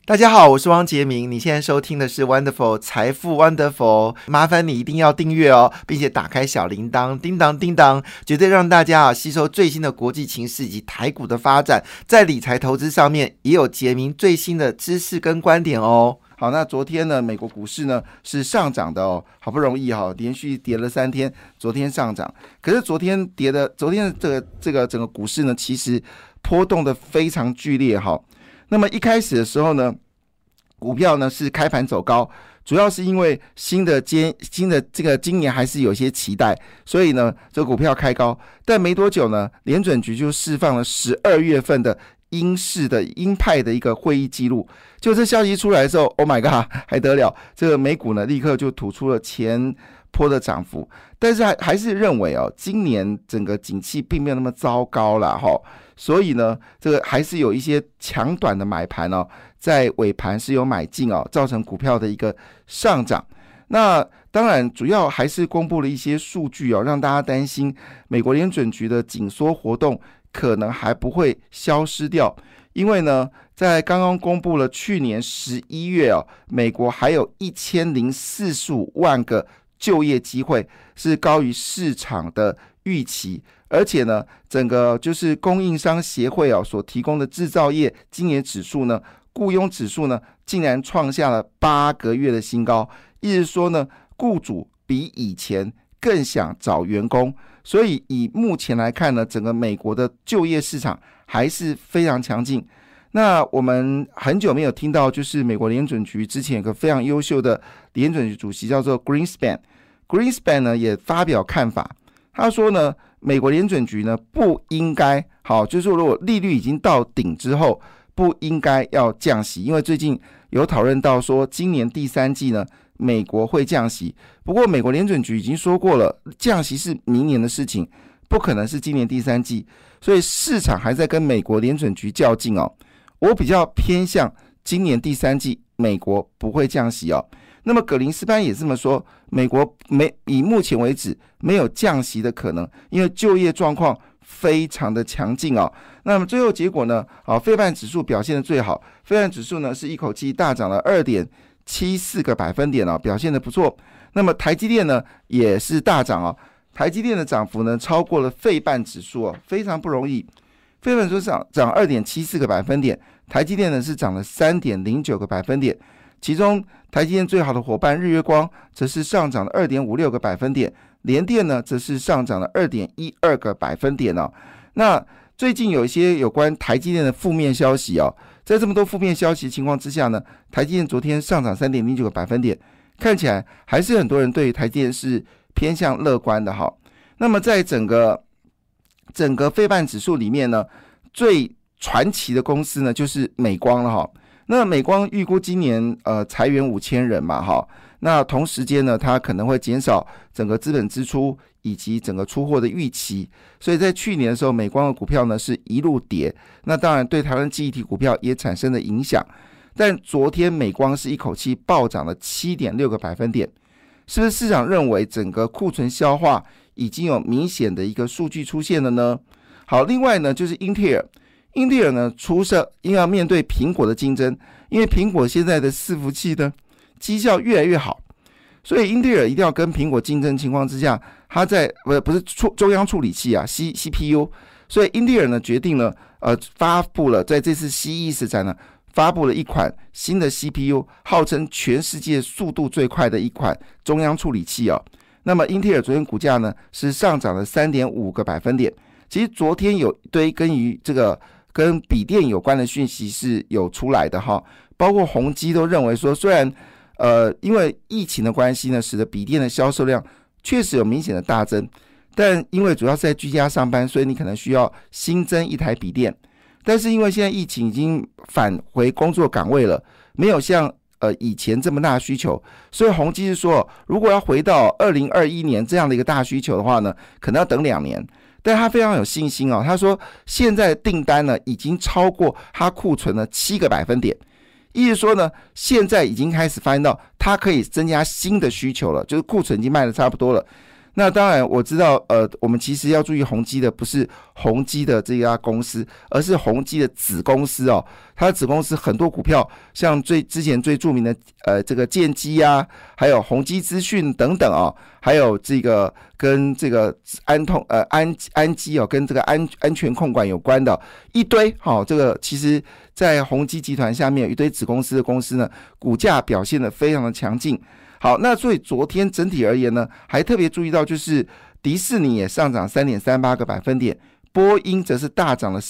大家好，我是汪杰明，你现在收听的是 Wonderful 财富 Wonderful， 麻烦你一定要订阅哦，并且打开小铃铛，叮当叮当，绝对让大家吸收最新的国际情势以及台股的发展，在理财投资上面也有杰明最新的知识跟观点哦。好，那昨天呢，美国股市呢是上涨的哦，好不容易连续跌了3天，昨天上涨。可是昨天的这个整个股市呢，其实波动的非常剧烈哈。那么一开始的时候呢，股票呢是开盘走高，主要是因为新的这个今年还是有些期待，所以呢这个股票开高。但没多久呢，联准局就释放了12月份的鹰派的一个会议记录。就这消息出来的时候 ，Oh my god， 还得了！这个美股呢立刻就吐出了前波的涨幅，但是还是认为今年整个景气并没有那么糟糕啦所以呢，这个还是有一些强短的买盘在尾盘是有买进造成股票的一个上涨。那当然，主要还是公布了一些数据让大家担心美国联准局的紧缩活动可能还不会消失掉，因为呢，在刚刚公布了去年11月美国还有1045万个就业机会，是高于市场的预期。而且呢，整个就是供应商协会所提供的制造业今年指数呢，雇佣指数呢，竟然创下了8个月的新高，意思说呢，雇主比以前更想找员工。所以以目前来看呢，整个美国的就业市场还是非常强劲。那我们很久没有听到，就是美国联准局之前有个非常优秀的联准局主席叫做 Greenspan 呢也发表看法，他说呢，美国联准局呢不应该就是说如果利率已经到顶之后，不应该要降息，因为最近有讨论到说今年第3季呢美国会降息，不过美国联准局已经说过了，降息是明年的事情，不可能是今年第3季，所以市场还在跟美国联准局较劲我比较偏向今年第3季美国不会降息那么葛林斯潘也这么说，美国以目前为止没有降息的可能，因为就业状况非常的强劲那么最后结果呢费半指数表现的最好，费半指数呢是一口气大涨了2.74个百分点表现的不错。那么台积电呢也是大涨台积电的涨幅呢超过了费半指数非常不容易。费半指数涨2.74个百分点，台积电呢是涨了3.09个百分点，其中台积电最好的伙伴日月光则是上涨了2.56个百分点，联电呢则是上涨了2.12个百分点那最近有一些有关台积电的负面消息在这么多负面消息情况之下呢，台积电昨天上涨3.09个百分点，看起来还是很多人对台积电是偏向乐观的那么在整个费半指数里面呢，最传奇的公司呢就是美光了那美光预估今年裁员5000人嘛那同时间呢，它可能会减少整个资本支出以及整个出货的预期，所以在去年的时候，美光的股票呢是一路跌，那当然对台湾记忆体股票也产生了影响。但昨天美光是一口气暴涨了7.6个百分点，是不是市场认为整个库存消化已经有明显的一个数据出现了呢？好，另外呢就是英特尔呢出色，因为要面对苹果的竞争，因为苹果现在的伺服器呢绩效越来越好，所以英特尔一定要跟苹果竞争情况之下，它在不是中央处理器CPU， 所以英特尔呢决定了发布了在这次 CES 展呢发布了一款新的 CPU， 号称全世界速度最快的一款中央处理器那么英特尔昨天股价呢是上涨了3.5个百分点。其实昨天有一堆跟笔电有关的讯息是有出来的包括宏基都认为说，虽然因为疫情的关系呢，使得笔电的销售量确实有明显的大增，但因为主要是在居家上班，所以你可能需要新增一台笔电。但是因为现在疫情已经返回工作岗位了，没有像以前这么大的需求，所以宏基是说，如果要回到2021年这样的一个大需求的话呢，可能要等2年。但他非常有信心他说现在的订单呢已经超过他库存了7个百分点，意思说呢，现在已经开始发现到它可以增加新的需求了，就是库存已经卖的差不多了。 那当然我知道，我们其实要注意宏基的不是宏基的这家公司，而是宏基的子公司哦。它的子公司很多股票，像之前最著名的这个建基啊，还有宏基资讯等等哦，还有这个跟这个安基哦，跟这个安全控管有关的一堆好，这个其实在宏基集团下面有一堆子公司的公司呢，股价表现得非常的强劲。好，那所以昨天整体而言呢，还特别注意到就是迪士尼也上涨 3.38 个百分点，波音则是大涨了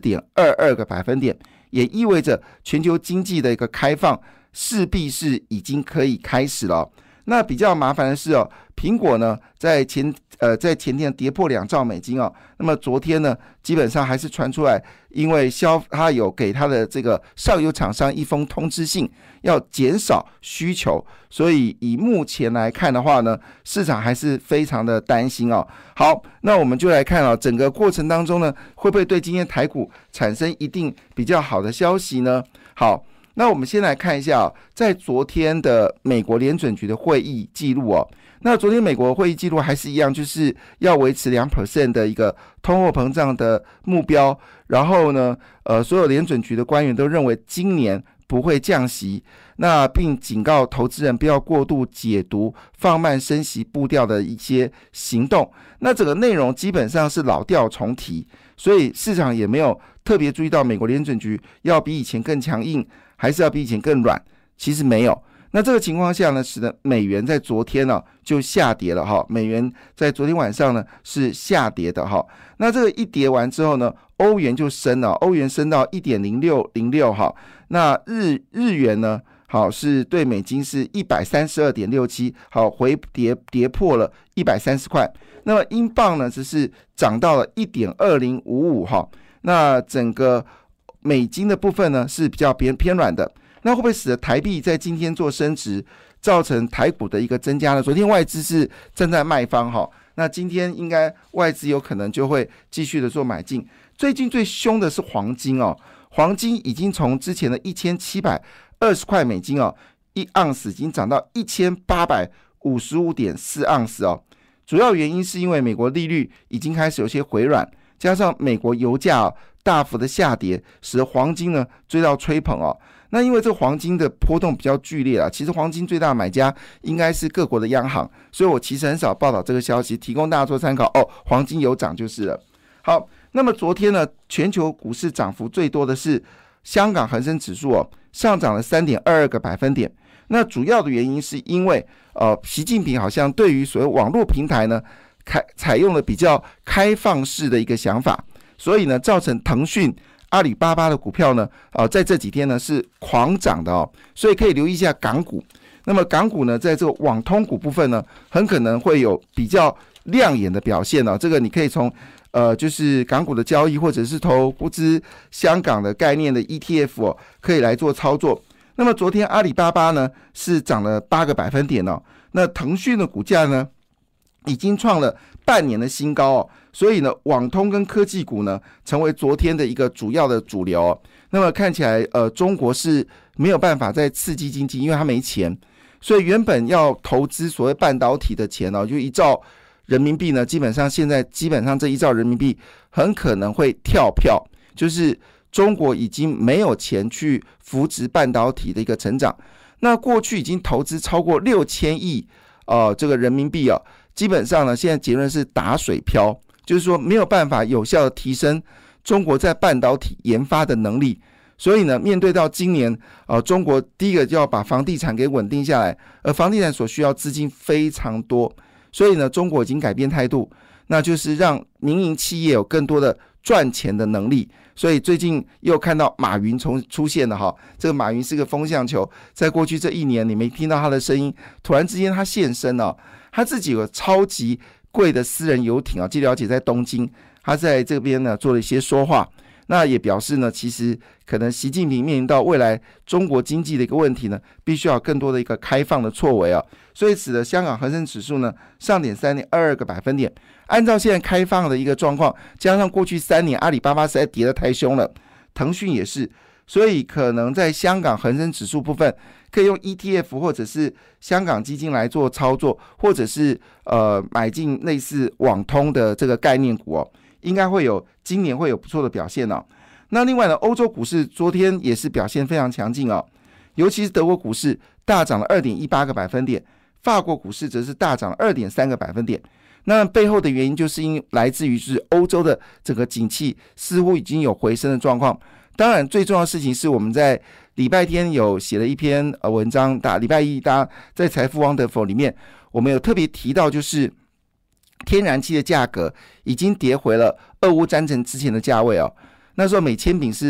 4.22 个百分点，也意味着全球经济的一个开放势必是已经可以开始了。那比较麻烦的是哦，苹果呢在前天跌破2兆美金哦，那么昨天呢基本上还是传出来，因为他有给他的这个上游厂商一封通知信，要减少需求，所以以目前来看的话呢，市场还是非常的担心哦。好，那我们就来看哦，整个过程当中呢，会不会对今天台股产生一定比较好的消息呢？好。那我们先来看一下在昨天的美国联准局的会议记录哦。那昨天美国会议记录还是一样，就是要维持 2% 的一个通货膨胀的目标。然后呢，所有联准局的官员都认为今年不会降息，那并警告投资人不要过度解读放慢升息步调的一些行动。那整个内容基本上是老调重提，所以市场也没有特别注意到美国联准局要比以前更强硬，还是要比以前更软，其实没有。那这个情况下呢，使得美元在昨天呢就下跌了哈。美元在昨天晚上呢是下跌的哈。那这个一跌完之后呢，欧元就升了，欧元升到 1.0606 哈。那日元呢，好是对美金是 132.67， 好回跌破了130块。那么英镑呢，只是涨到了 1.2055 哈。那整个美金的部分呢是比较偏软的，那会不会使得台币在今天做升值，造成台股的一个增加呢？昨天外资是站在卖方哈，那今天应该外资有可能就会继续的做买进。最近最凶的是黄金哦，黄金已经从之前的1720块美金哦，1盎司已经涨到 1855.4 盎司哦。主要原因是因为美国利率已经开始有些回软，加上美国油价大幅的下跌，使得黄金呢追到吹捧哦。那因为这个黄金的波动比较剧烈啊，其实黄金最大的买家应该是各国的央行，所以我其实很少报道这个消息，提供大家做参考哦。黄金有涨就是了。好，那么昨天呢，全球股市涨幅最多的是香港恒生指数哦，上涨了 3.22 个百分点。那主要的原因是因为习近平好像对于所谓网络平台呢采用了比较开放式的一个想法，所以呢造成腾讯、阿里巴巴的股票呢在这几天呢是狂涨的哦，所以可以留意一下港股。那么港股呢在这个网通股部分呢很可能会有比较亮眼的表现哦，这个你可以从就是港股的交易或者是投资香港的概念的 ETF 哦，可以来做操作。那么昨天阿里巴巴呢是涨了8个百分点哦，那腾讯的股价呢已经创了半年的新高哦，所以呢网通跟科技股呢成为昨天的一个主要的主流哦。那么看起来中国是没有办法再刺激经济，因为它没钱，所以原本要投资所谓半导体的钱哦，就1兆人民币呢，基本上这1兆人民币很可能会跳票，就是中国已经没有钱去扶植半导体的一个成长。那过去已经投资超过6000亿这个人民币哦，基本上呢现在结论是打水漂，就是说没有办法有效的提升中国在半导体研发的能力。所以呢面对到今年中国第一个就要把房地产给稳定下来，而房地产所需要资金非常多，所以呢中国已经改变态度，那就是让民营企业有更多的赚钱的能力。所以最近又看到马云出现了哈，这个马云是个风向球，在过去这1年你没听到他的声音，突然之间他现身了，他自己有超级贵的私人游艇据了解在东京，他在这边呢做了一些说话，那也表示呢其实可能习近平面临到未来中国经济的一个问题呢，必须要更多的一个开放的作为所以使得香港恒生指数呢上点 3.22 个百分点。按照现在开放的一个状况，加上过去3年阿里巴巴实在跌得太凶了，腾讯也是， 所以可能在香港恒生指数部分可以用 ETF 或者是香港基金来做操作，或者是买进类似网通的这个概念股哦，应该今年会有不错的表现哦。那另外呢，欧洲股市昨天也是表现非常强劲哦，尤其是德国股市大涨了 2.18 个百分点，法国股市则是大涨了 2.3 个百分点。那背后的原因就是来自于是欧洲的整个景气似乎已经有回升的状况。当然最重要的事情是我们在礼拜天有写了一篇文章，礼拜一大家在财富 Wonderful 里面我们有特别提到，就是天然气的价格已经跌回了俄乌战争之前的价位哦。那时候每千饼是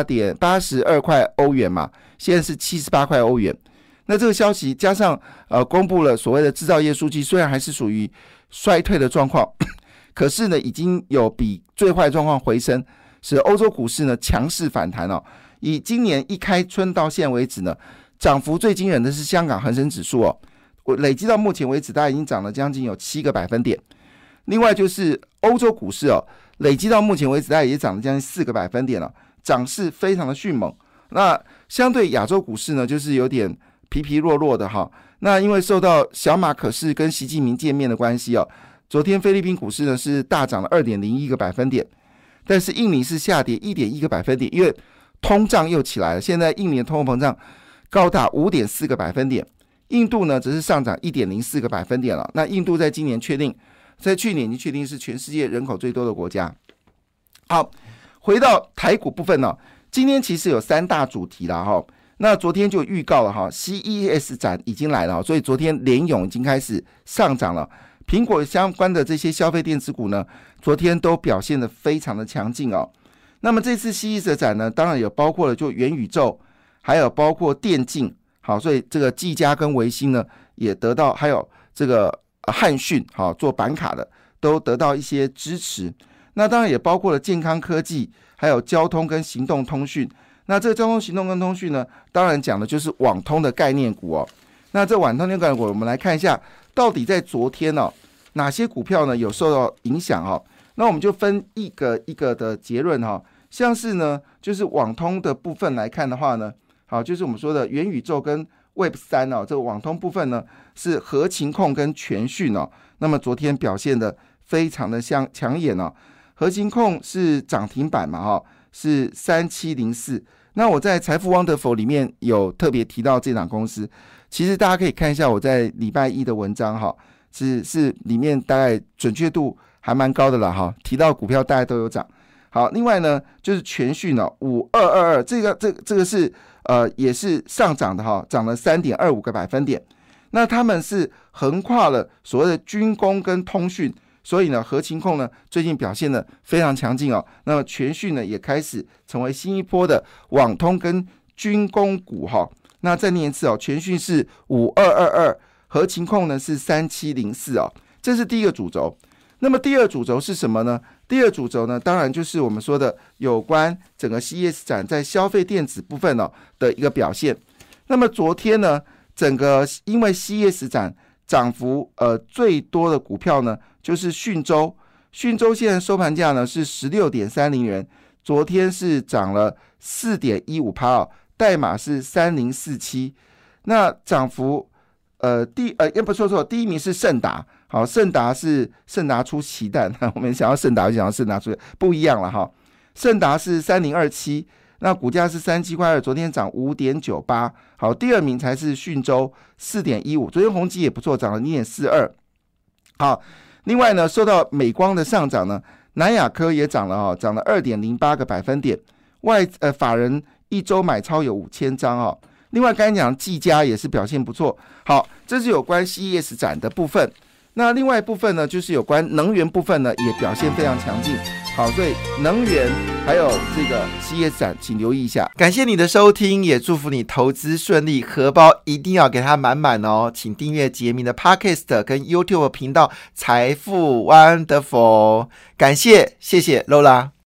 82块欧元嘛，现在是78块欧元。那这个消息加上公布了所谓的制造业数据，虽然还是属于衰退的状况，可是呢已经有比最坏状况回升，使欧洲股市呢强势反弹哦。以今年一开春到现在为止呢，涨幅最惊人的是香港恒生指数哦，累计到目前为止大概已经涨了将近有7个百分点。另外就是欧洲股市哦，累计到目前为止大概也涨了将近4个百分点了，涨势非常的迅猛。那相对亚洲股市呢，就是有点疲疲弱弱的哈。那因为受到小马可仕跟习近平见面的关系哦，昨天菲律宾股市呢是大涨了 2.01 个百分点，但是印尼是下跌 1.1 个百分点，因为通胀又起来了，现在印尼的通货膨胀高达 5.4 个百分点。印度呢则是上涨 1.04 个百分点了。那印度在去年已经确定是全世界人口最多的国家。好，回到台股部分呢，今天其实有3大主题了哈。那昨天就预告了哈 ，CES 展已经来了，所以昨天联咏已经开始上涨了。苹果相关的这些消费电子股呢，昨天都表现得非常的强劲哦。那么这次 CES 展呢，当然有包括了就元宇宙，还有包括电竞，好，所以这个技嘉跟微星呢也得到，还有这个汉讯，好，做板卡的都得到一些支持。那当然也包括了健康科技，还有交通跟行动通讯。那这个交通、行动跟通讯呢，当然讲的就是网通的概念股哦。那这网通的概念股，我们来看一下，到底在昨天哦，哪些股票呢有受到影响哦？那我们就分一个一个的结论哈。像是呢，就是网通的部分来看的话呢，好，就是我们说的元宇宙跟 Web3哦，这个网通部分呢是合勤控跟全讯哦。那么昨天表现的非常的抢眼哦，合勤控是涨停板嘛哈，是3704。那我在财富 Wonderful 里面有特别提到这档公司，其实大家可以看一下我在礼拜一的文章哈，是里面大概准确度还蛮高的了哈，提到股票大概都有涨。好，另外呢就是全讯哦，5222，这个是也是上涨的哈，涨了 3.25 个百分点。那他们是横跨了所谓的军工跟通讯，所以呢合勤控呢最近表现的非常强劲哦。那么全讯呢也开始成为新一波的网通跟军工股哈。那再念一次哦，全讯是5222，合勤控呢是3704哦，这是第一个主轴。那么第二主轴是什么呢？第二主轴呢，当然就是我们说的有关整个 CES 展在消费电子部分的一个表现。那么昨天呢，整个因为 CES 展涨幅最多的股票呢，就是讯州。讯州现在收盘价呢是 16.30 元，昨天是涨了 4.15%哦，代码是3047。那涨幅第一名是盛达。好，盛达出奇蛋，我们想要盛达就想要盛达出，不一样了哈。盛达是3027，那股价是37块2，昨天涨 5.98。好，第二名才是讯州 4.15， 昨天宏基也不错，涨了 0.42。好，另外呢，受到美光的上涨呢，南亚科也涨了哈，涨了 2.08 个百分点。法人一周买超有5000张哈。另外刚才讲技嘉也是表现不错。好，这是有关 CES 展的部分。那另外一部分呢，就是有关能源部分呢，也表现非常强劲。好，所以能源还有这个 CES 展，请留意一下。 感谢你的收听，也祝福你投资顺利，荷包一定要给它满满哦。请订阅杰明的 Podcast 跟 YouTube 频道财富 Wonderful。感谢，谢谢 Lola。